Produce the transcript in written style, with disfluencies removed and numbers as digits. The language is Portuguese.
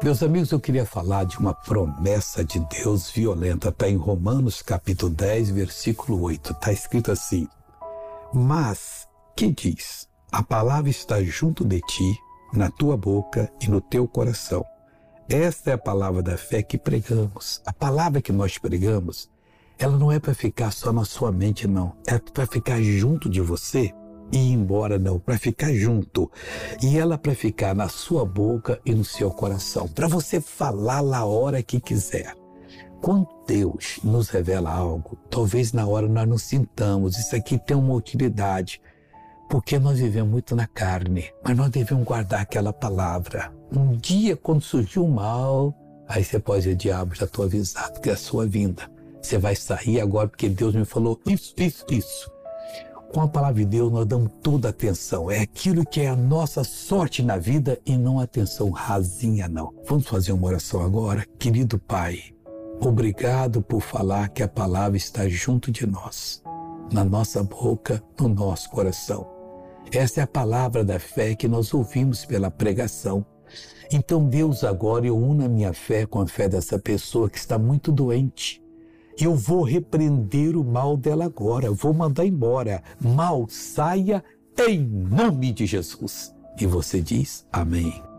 Meus amigos, eu queria falar de uma promessa de Deus violenta. Está em Romanos capítulo 10, versículo 8. Está escrito assim: mas, que diz? A palavra está junto de ti, na tua boca e no teu coração. Esta é a palavra da fé que pregamos. A palavra que nós pregamos, ela não é para ficar só na sua mente, não. É para ficar junto de você e ir embora, não. Para ficar junto. E ela para ficar na sua boca e no seu coração. Para você falar na hora que quiser. Quando Deus nos revela algo, talvez na hora nós não sintamos. Isso aqui tem uma utilidade. Porque nós vivemos muito na carne. Mas nós devemos guardar aquela palavra. Um dia, quando surgiu o mal, aí você pode dizer: diabo, já estou avisado que é a sua vinda. Você vai sair agora porque Deus me falou isso. Com a palavra de Deus nós damos toda a atenção. É aquilo que é a nossa sorte na vida e não atenção rasinha, não. Vamos fazer uma oração agora? Querido Pai, obrigado por falar que a palavra está junto de nós, na nossa boca, no nosso coração. Essa é a palavra da fé que nós ouvimos pela pregação. Então, Deus, agora eu uno a minha fé com a fé dessa pessoa que está muito doente. Eu vou repreender o mal dela agora, vou mandar embora. Mal, saia em nome de Jesus. E você diz amém.